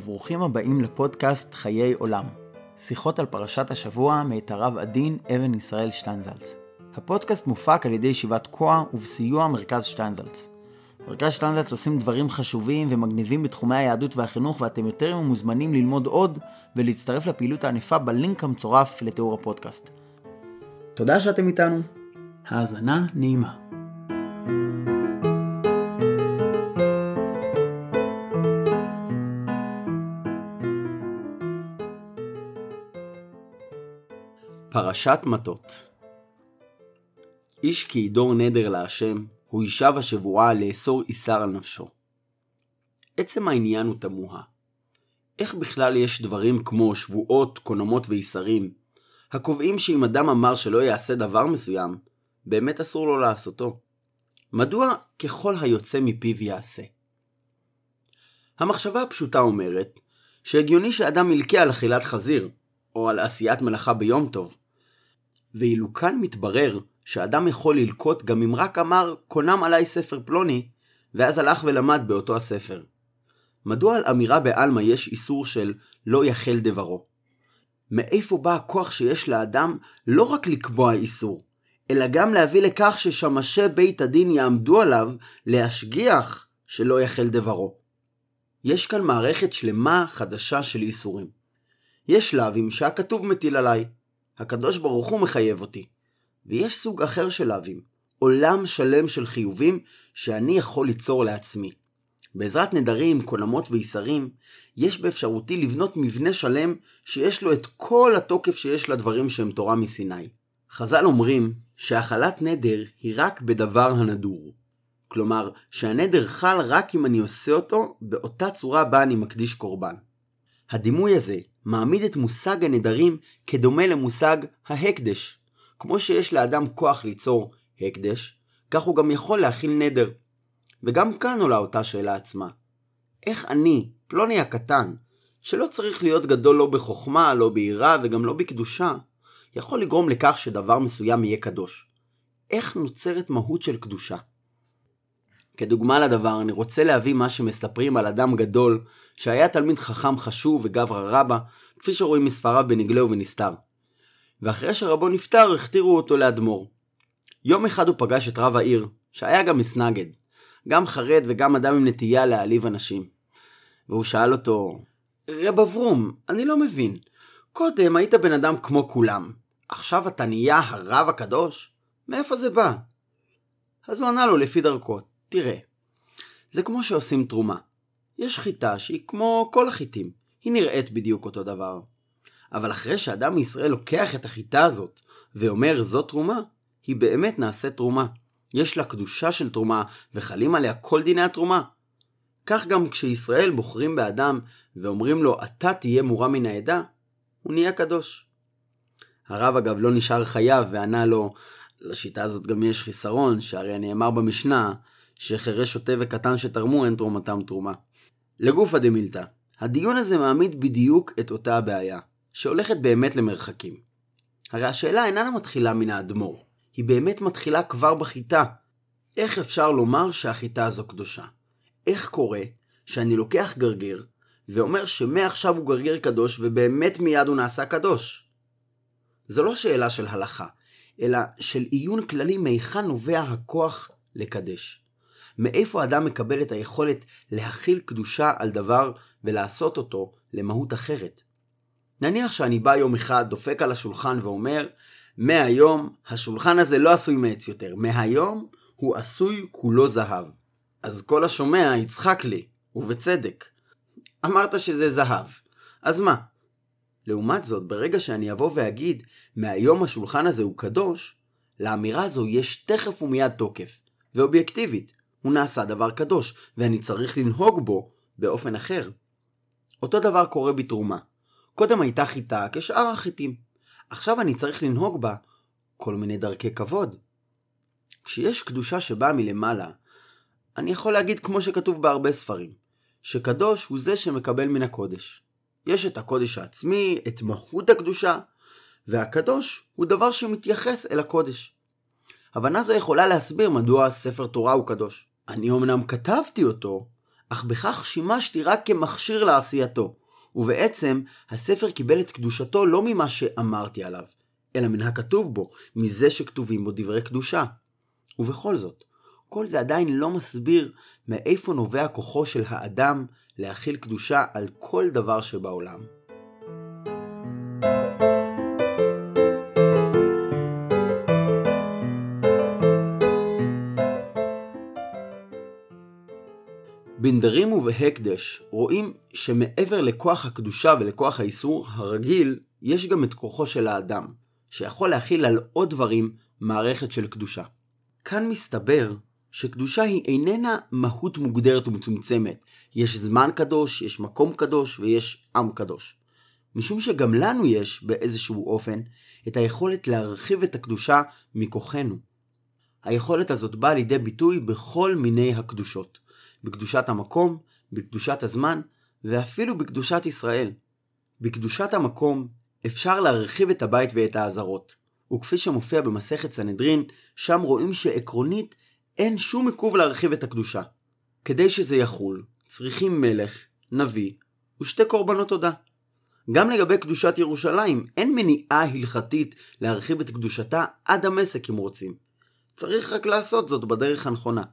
וברוכים הבאים לפודקאסט חיי עולם. שיחות על פרשת השבוע מאת הרב עדין אבן ישראל שטיינזלץ. הפודקאסט מופק על ידי ישיבת כוח ובסיוע מרכז שטיינזלץ. מרכז שטיינזלץ עושים דברים חשובים ומגניבים בתחומי היהדות והחינוך, ואתם יותר מוזמנים ללמוד עוד ולהצטרף לפעילות הענפה בלינק המצורף לתיאור הפודקאסט. תודה שאתם איתנו. האזנה נעימה. פרשת מטות. איש כי ידור נדר להשם, הוא יישב השבועה לאסור איסר על נפשו. עצם העניין הוא תמוה. איך בכלל יש דברים כמו שבועות, קונומות ואיסרים, הקובעים שאם אדם אמר שלא יעשה דבר מסוים, באמת אסור לו לעשותו? מדוע ככל היוצא מפיו יעשה? המחשבה הפשוטה אומרת שהגיוני שאדם ילקה על אכילת חזיר, או על עשיית מלאכה ביום טוב. ואילו כאן מתברר שאדם יכול ללקות גם אם רק אמר קונם עליי ספר פלוני, ואז הלך ולמד באותו הספר. מדוע על אמירה בעלמא יש איסור של לא יחל דברו? מאיפה בא הכוח שיש לאדם לא רק לקבוע איסור, אלא גם להביא לכך ששמשי בית הדין יעמדו עליו להשגיח שלא יחל דברו? יש כאן מערכת שלמה חדשה של איסורים. יש שלבים שהכתוב מטיל עליי, הקדוש ברוך הוא מחייב אותי. ויש סוג אחר של שלבים, עולם שלם של חיובים שאני יכול ליצור לעצמי. בעזרת נדרים, קונמות ואיסרים, יש באפשרותי לבנות מבנה שלם שיש לו את כל התוקף שיש לדברים שהם תורה מסיני. חז"ל אומרים שהחלת נדר היא רק בדבר הנדור. כלומר, שהנדר חל רק אם אני עושה אותו באותה צורה בה אני מקדיש קורבן. הדימוי הזה מעמיד את מושג הנדרים כדומה למושג ההקדש. כמו שיש לאדם כוח ליצור הקדש, כך הוא גם יכול להכיל נדר. וגם כאן עולה אותה שאלה עצמה. איך אני, פלוני הקטן, שלא צריך להיות גדול לא בחוכמה, לא ביראה וגם לא בקדושה, יכול לגרום לכך שדבר מסוים יהיה קדוש? איך נוצרת מהות של קדושה? כדוגמה לדבר, אני רוצה להביא מה שמספרים על אדם גדול שהיה תלמיד חכם חשוב וגבר רבא, כפי שרואים מספריו בנגלה ובנסתר. ואחרי שרבו נפטר, הכתירו אותו לאדמו"ר. יום אחד הוא פגש את רב העיר, שהיה גם מסנגד, גם חרד וגם אדם עם נטייה להעליב אנשים. והוא שאל אותו, רב אברום, אני לא מבין, קודם היית בן אדם כמו כולם, עכשיו אתה נהיה הרב הקדוש? מאיפה זה בא? אז הוא ענה לו לפי דרכו, תראה, זה כמו שעושים תרומה. יש חיטה שהיא כמו כל החיטים, היא נראית בדיוק אותו דבר. אבל אחרי שאדם מישראל לוקח את החיטה הזאת ואומר זאת תרומה, היא באמת נעשית תרומה. יש לה קדושה של תרומה וחלים עליה כל דיני התרומה. כך גם כשישראל בוחרים באדם ואומרים לו אתה תהיה מורם מן העדה, הוא נהיה קדוש. הרב אגב לא נשאר חייב וענה לו, לשיטה הזאת גם יש חיסרון, שהרי נאמר במשנה שחירש שוטה וקטן שתרמו אין תרומתם תרומה. לגוף הדמילתא, הדיון הזה מעמיד בדיוק את אותה הבעיה, שהולכת באמת למרחקים. הרי השאלה איננה מתחילה מן האדמו"ר, היא באמת מתחילה כבר בחיטה. איך אפשר לומר שהחיטה הזו קדושה? איך קורה שאני לוקח גרגר ואומר שמעכשיו הוא גרגר קדוש ובאמת מיד הוא נעשה קדוש? זו לא שאלה של הלכה, אלא של עיון כללי מהיכן נובע הכוח לקדש. מאיפה אדם מקבל את היכולת להכיל קדושה על דבר ולעשות אותו למהות אחרת? נניח שאני בא יום אחד, דופק על השולחן ואומר, מהיום השולחן הזה לא עשוי מעץ יותר, מהיום הוא עשוי כולו זהב. אז כל השומע יצחק לי, ובצדק. אמרת שזה זהב, אז מה? לעומת זאת, ברגע שאני אבוא ואגיד, מהיום השולחן הזה הוא קדוש, לאמירה הזו יש תכף ומיד תוקף, ואובייקטיבית. הוא נעשה דבר קדוש, ואני צריך לנהוג בו באופן אחר. אותו דבר קורה בתרומה. קודם הייתה חיטה כשאר החיטים. עכשיו אני צריך לנהוג בה כל מיני דרכי כבוד. כשיש קדושה שבאה מלמעלה, אני יכול להגיד כמו שכתוב בהרבה ספרים, שקדוש הוא זה שמקבל מן הקודש. יש את הקודש העצמי, את מהות הקדושה, והקדוש הוא דבר שמתייחס אל הקודש. הבנה זו יכולה להסביר מדוע ספר תורה הוא קדוש. אני אומנם כתבתי אותו, אך בכך שימשתי רק כמכשיר לעשייתו, ובעצם הספר קיבל את קדושתו לא ממה שאמרתי עליו, אלא מן הכתוב בו, מזה שכתובים בו דברי קדושה. ובכל זאת, כל זה עדיין לא מסביר מאיפה נובע כוחו של האדם להכיל קדושה על כל דבר שבעולם. בנדרים ובהקדש רואים שמעבר לכוח הקדושה ולכוח האיסור הרגיל, יש גם את כוחו של האדם, שיכול להכיל על עוד דברים מערכת של קדושה. כאן מסתבר שקדושה היא איננה מהות מוגדרת ומצומצמת. יש זמן קדוש, יש מקום קדוש ויש עם קדוש. משום שגם לנו יש באיזשהו אופן את היכולת להרחיב את הקדושה מכוחנו. היכולת הזאת באה לידי ביטוי בכל מיני הקדושות. בקדושת המקום, בקדושת הזמן ואפילו בקדושת ישראל. בקדושת המקום אפשר להרחיב את הבית ואת העזרות. וכפי שמופיע במסכת סנהדרין, שם רואים שעקרונית אין שום עיכוב להרחיב את הקדושה. כדי שזה יחול, צריכים מלך, נביא ושתי קורבנות תודה. גם לגבי קדושת ירושלים, אין מניעה הלכתית להרחיב את קדושתה עד דמשק אם רוצים. צריך רק לעשות זאת בדרך הנכונה.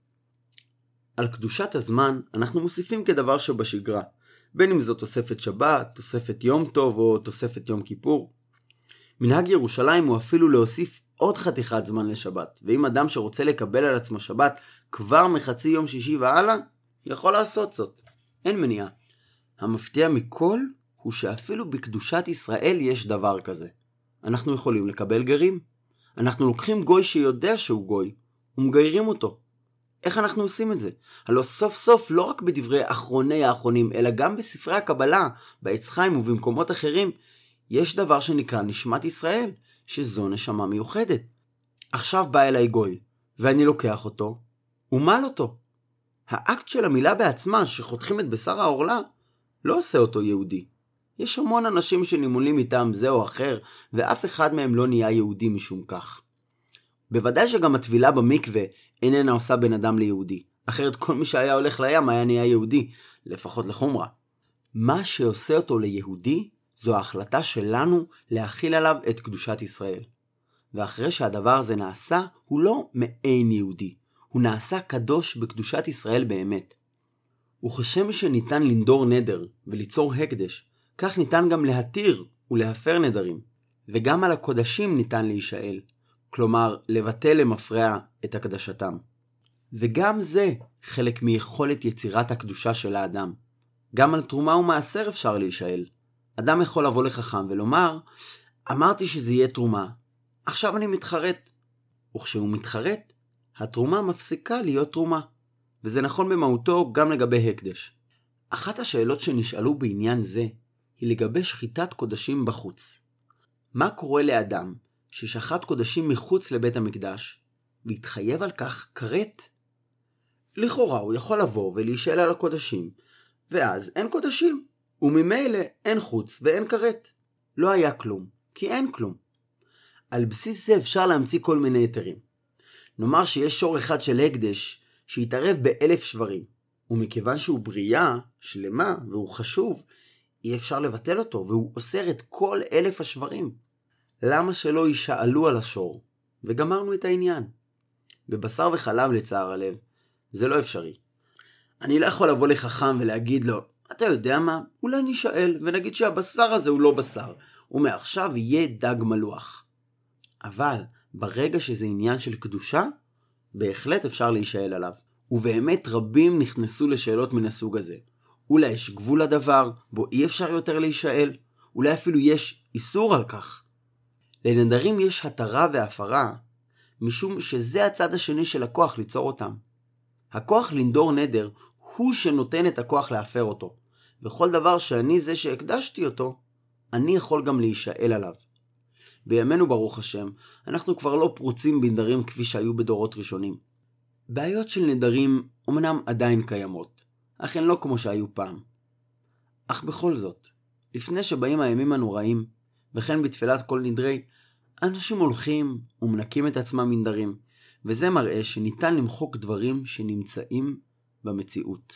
על קדושת הזמן אנחנו מוסיפים כדבר שבשגרה, בין אם זו תוספת שבת, תוספת יום טוב או תוספת יום כיפור. מנהג ירושלים הוא אפילו להוסיף עוד חתיכת זמן לשבת, ואם אדם שרוצה לקבל על עצמו שבת כבר מחצי יום שישי והלאה, יכול לעשות זאת. אין מניעה. המפתיע מכל הוא שאפילו בקדושת ישראל יש דבר כזה. אנחנו יכולים לקבל גרים. אנחנו לוקחים גוי שיודע שהוא גוי, ומגיירים אותו. איך אנחנו עושים את זה? הלא סוף סוף לא רק בדברי אחרוני האחרונים, אלא גם בספרי הקבלה, בעץ חיים ובמקומות אחרים, יש דבר שנקרא נשמת ישראל, שזו נשמה מיוחדת. עכשיו בא אליי גוי, ואני לוקח אותו, ומל אותו. האקט של המילה בעצמה, שחותכים את בשר העורלה, לא עושה אותו יהודי. יש המון אנשים שנימולים איתם זה או אחר, ואף אחד מהם לא נהיה יהודי משום כך. בוודאי שגם הטבילה במקווה איננה עושה בן אדם ליהודי. אחרת כל מי שהיה הולך לים היה נהיה יהודי, לפחות לחומרה. מה שעושה אותו ליהודי, זו ההחלטה שלנו להכיל עליו את קדושת ישראל. ואחרי שהדבר הזה נעשה, הוא לא מעין יהודי. הוא נעשה קדוש בקדושת ישראל באמת. וכשם שניתן לנדור נדר וליצור הקדש, כך ניתן גם להתיר ולהפר נדרים. וגם על הקודשים ניתן להישאל. כלומר, לבטל למפרע את הקדשתם. וגם זה חלק מיכולת יצירת הקדושה של האדם. גם על תרומה ומעשר אפשר להישאל. אדם יכול לבוא לחכם ולומר, אמרתי שזה יהיה תרומה, עכשיו אני מתחרט. וכשהוא מתחרט, התרומה מפסיקה להיות תרומה. וזה נכון במהותו גם לגבי הקדש. אחת השאלות שנשאלו בעניין זה, היא לגבי שחיטת קודשים בחוץ. מה קורה לאדם ששחט קודשים מחוץ לבית המקדש, והתחייב על כך כרת? לכאורה הוא יכול לבוא ולהישאל על הקודשים, ואז אין קודשים, וממילא אין חוץ ואין כרת. לא היה כלום, כי אין כלום. על בסיס זה אפשר להמציא כל מיני יתרים. נאמר שיש שור אחד של הקדש שהתערב ב1,000 שברים, ומכיוון שהוא בריאה שלמה והוא חשוב, אי אפשר לבטל אותו, והוא אוסר את כל 1,000 השברים. למה שלא יישאלו על השור? וגמרנו את העניין. בבשר וחלב לצער הלב, זה לא אפשרי. אני לא יכול לבוא לחכם ולהגיד לו, אתה יודע מה? אולי נשאל ונגיד שהבשר הזה הוא לא בשר, ומעכשיו יהיה דג מלוח. אבל ברגע שזה עניין של קדושה, בהחלט אפשר להישאל עליו. ובאמת רבים נכנסו לשאלות מן הסוג הזה. אולי יש גבול לדבר, בו אי אפשר יותר להישאל, אולי אפילו יש איסור על כך. לנדרים יש התרה והפרה, משום שזה הצד השני של הכוח ליצור אותם. הכוח לנדור נדר הוא שנותן את הכוח להפר אותו, וכל דבר שאני זה שהקדשתי אותו, אני יכול גם להישאל עליו. בימינו ברוך השם, אנחנו כבר לא פרוצים בנדרים כפי שהיו בדורות ראשונים. בעיות של נדרים אמנם עדיין קיימות, אך הן לא כמו שהיו פעם. אך בכל זאת, לפני שבאים הימים הנוראים, וכן בתפילת כל נדרי, אנשים הולכים ומנקים את עצמם מנדרים, וזה מראה שניתן למחוק דברים שנמצאים במציאות.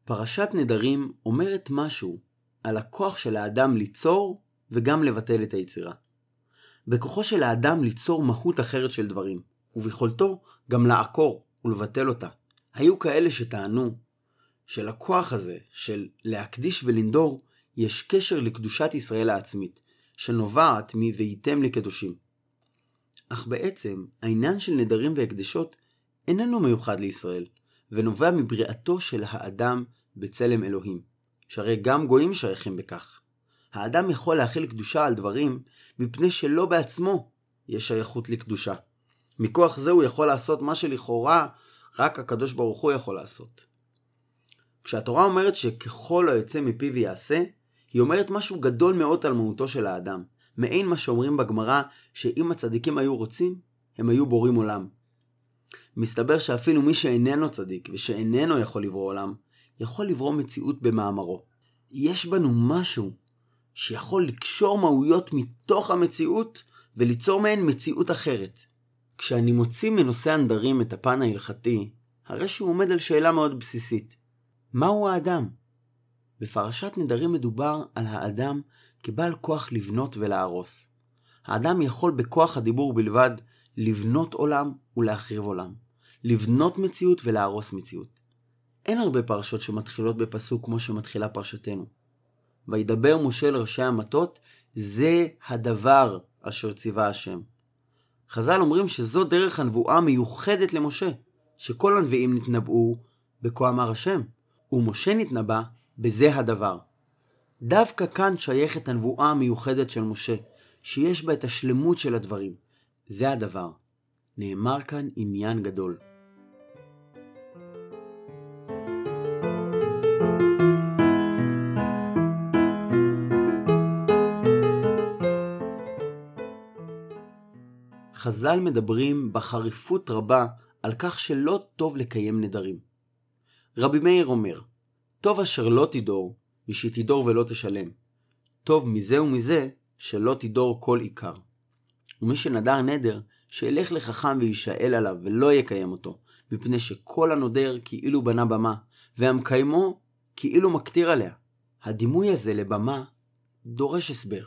פרשת נדרים אומרת משהו על הכוח של האדם ליצור וגם לבטל את היצירה. בכוחו של האדם ליצור מהות אחרת של דברים, וביכולתו גם לעקור ולבטל אותה. היו כאלה שטענו שלכוח הזה של להקדיש ולנדור יש קשר לקדושת ישראל העצמית, שנובעת מ"והייתם לי קדושים". אך בעצם העניין של נדרים והקדשות איננו מיוחד לישראל, ונובע מבריאתו של האדם בצלם אלוהים, שהרי גם גויים שייכים בכך. האדם יכול להכיל קדושה על דברים מפני שלא בעצמו יש שייכות לקדושה. מכוח זה הוא יכול לעשות מה שלכאורה רק הקדוש ברוך הוא יכול לעשות. כשהתורה אומרת שככל היוצא מפיו יעשה, היא אומרת משהו גדול מאוד על מהותו של האדם. מעין מה שאומרים בגמרא שאם הצדיקים היו רוצים, הם היו בורים עולם. מסתבר שאפילו מי שאיננו צדיק ושאיננו יכול לברוא עולם, יכול לברוא מציאות במאמרו. יש בנו משהו שיכול לקשור מהויות מתוך המציאות וליצור מהן מציאות אחרת. כשאני מוציא מנושא הנדרים את הפן ההלכתי, הרי שהוא עומד על שאלה מאוד בסיסית. מהו האדם? בפרשת נדרים מדובר על האדם כבעל כוח לבנות ולהרוס. האדם יכול בכוח הדיבור בלבד לבנות עולם ולהחריב עולם. לבנות מציאות ולהרוס מציאות. אין הרבה פרשות שמתחילות בפסוק כמו שמתחילה פרשתנו. וידבר משה לראשי המטות, זה הדבר אשר ציווה השם. חז"ל אומרים שזו דרך הנבואה מיוחדת למשה, שכל הנביאים נתנבאו בכה אמר השם, ומשה נתנבא בזה הדבר. דווקא כאן שייכת הנבואה המיוחדת של משה, שיש בה את השלמות של הדברים. זה הדבר. נאמר כאן עניין גדול. חז"ל מדברים בחריפות רבה על כך שלא טוב לקיים נדרים. רבי מאיר אומר, טוב אשר לא תדור, משתדור ולא תשלם. טוב מזה ומזה שלא תדור כל עיקר. ומי שנדר נדר, שילך לחכם וישאל עליו ולא יקיים אותו, מפני שכל הנודר כאילו בנה במה, והמקיימו כאילו מקטיר עליה. הדימוי הזה לבמה דורש הסבר.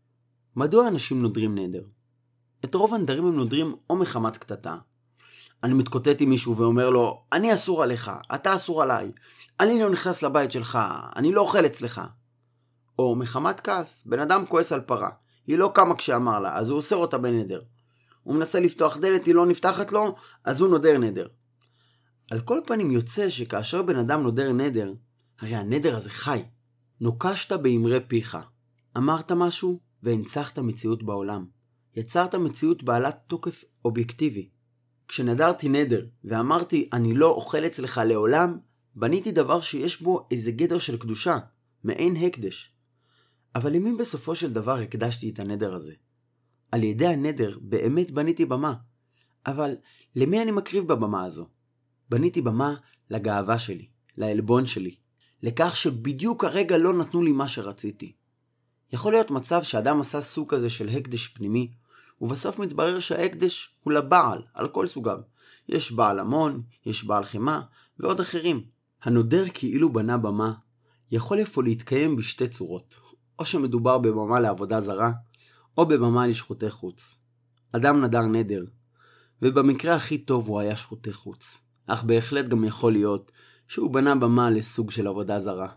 מדוע אנשים נודרים נדר? את רוב הנדרים הם נודרים או מחמת קטטה. אני מתקוטט עם מישהו ואומר לו, אני אסור עליך, אתה אסור עליי, אני לא נכנס לבית שלך, אני לא אוכל אצלך. או מחמת כעס, בן אדם כועס על פרה, היא לא קמה כשאמר לה, אז הוא אוסר אותה בנדר. הוא מנסה לפתוח דלת, היא לא נפתחת לו, אז הוא נודר נדר. על כל פנים יוצא שכאשר בן אדם נודר נדר, הרי הנדר הזה חי. נוקשת באמרי פיך, אמרת משהו והנצחת מציאות בעולם. יצרת מציאות בעלת תוקף אובייקטיבי. כשנדרתי נדר ואמרתי אני לא אוכל אצלך לעולם, בניתי דבר שיש בו איזה גדר של קדושה, מעין הקדש. אבל למי בסופו של דבר הקדשתי את הנדר הזה? על ידי הנדר באמת בניתי במה. אבל למי אני מקריב בבמה הזו? בניתי במה לגאווה שלי, לעלבון שלי, לכך שבדיוק הרגע לא נתנו לי מה שרציתי. יכול להיות מצב שאדם עשה סוג כזה של הקדש פנימי, ובסוף מתברר שההקדש הוא לבעל, על כל סוגיו. יש בעל המון, יש בעל חמה, ועוד אחרים. הנודר כאילו בנה במה, יכול אפוא להתקיים בשתי צורות. או שמדובר בבמה לעבודה זרה, או בבמה לשחוטי חוץ. אדם נדר נדר, ובמקרה הכי טוב הוא היה שחוטי חוץ. אך בהחלט גם יכול להיות שהוא בנה במה לסוג של עבודה זרה.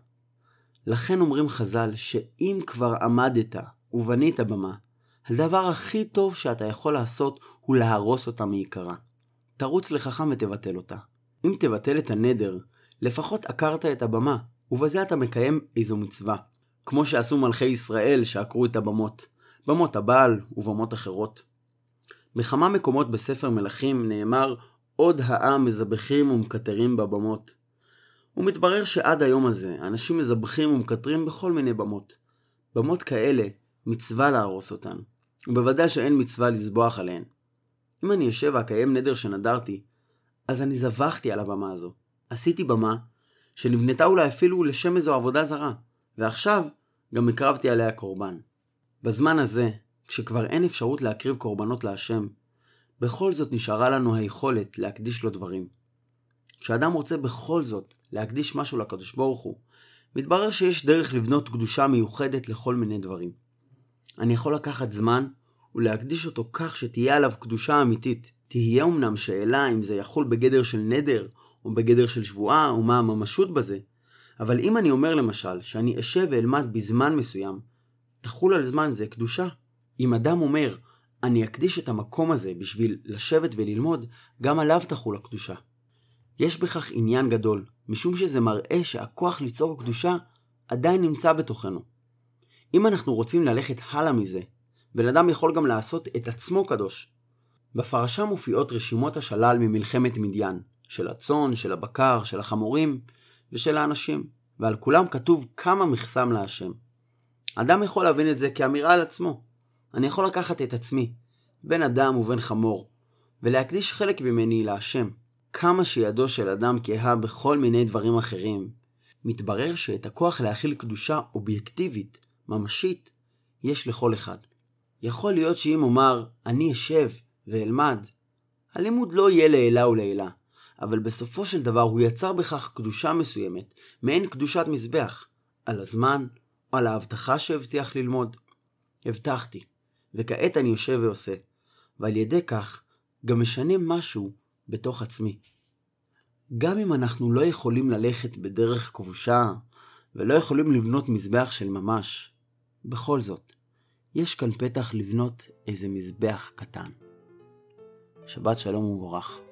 לכן אומרים חז"ל שאם כבר עמדת ובנית במה, הדבר הכי טוב שאתה יכול לעשות הוא להרוס אותה מעיקרה. תרוץ לחכם ותבטל אותה. אם תבטל את הנדר, לפחות עקרת את הבמה, ובזה אתה מקיים איזו מצווה. כמו שעשו מלכי ישראל שעקרו את הבמות, במות הבעל ובמות אחרות. בכמה מקומות בספר מלכים נאמר, עוד העם מזבחים ומקטרים בבמות. ומתברר שעד היום הזה, אנשים מזבחים ומקטרים בכל מיני במות. במות כאלה, מצווה להרוס אותן, ובוודאי שאין מצווה לזבוח עליהן. אם אני יושב ואקיים נדר שנדרתי, אז אני זבחתי על הבמה הזו. עשיתי במה שנבנתה אולי אפילו לשם איזו עבודה זרה, ועכשיו גם הקרבתי עליה קורבן. בזמן הזה, כשכבר אין אפשרות להקריב קורבנות להשם, בכל זאת נשארה לנו היכולת להקדיש לו דברים. כשאדם רוצה בכל זאת להקדיש משהו לקדוש ברוך הוא, מתברר שיש דרך לבנות קדושה מיוחדת לכל מיני דברים. אני יכול לקחת זמן ולהקדיש אותו כך שתהיה עליו קדושה אמיתית. תהיה אמנם שאלה אם זה יחול בגדר של נדר או בגדר של שבועה ומה הממשות בזה, אבל אם אני אומר למשל שאני אשב ואלמד בזמן מסוים, תחול על זמן זה קדושה. אם אדם אומר אני אקדיש את המקום הזה בשביל לשבת וללמוד, גם עליו תחול הקדושה. יש בכך עניין גדול, משום שזה מראה שהכוח ליצור קדושה עדיין נמצא בתוכנו. אם אנחנו רוצים ללכת הלאה מזה, בן אדם יכול גם לעשות את עצמו קדוש. בפרשה מופיעות רשימות השלל ממלחמת מדיין, של הצאן, של הבקר, של החמורים ושל האנשים, ועל כולם כתוב כמה מחסם להשם. אדם יכול להבין את זה כאמירה על עצמו. אני יכול לקחת את עצמי, בין אדם ובין חמור, ולהקדיש חלק ממני להשם. כמה שידו של אדם כהה בכל מיני דברים אחרים, מתברר שאת הכוח להכיל קדושה אובייקטיבית, ממשית, יש לכל אחד. יכול להיות שאם אומר, אני אשב ואלמד, הלימוד לא יהיה לעילה ולעילה, אבל בסופו של דבר הוא יצר בכך קדושה מסוימת, מעין קדושת מזבח, על הזמן או על ההבטחה שהבטיח ללמוד. הבטחתי, וכעת אני יושב ועושה, ועל ידי כך גם משנה משהו בתוך עצמי. גם אם אנחנו לא יכולים ללכת בדרך כבושה, ולא יכולים לבנות מזבח של ממש, בכל זאת, יש כאן פתח לבנות איזה מזבח קטן. שבת שלום ומבורך.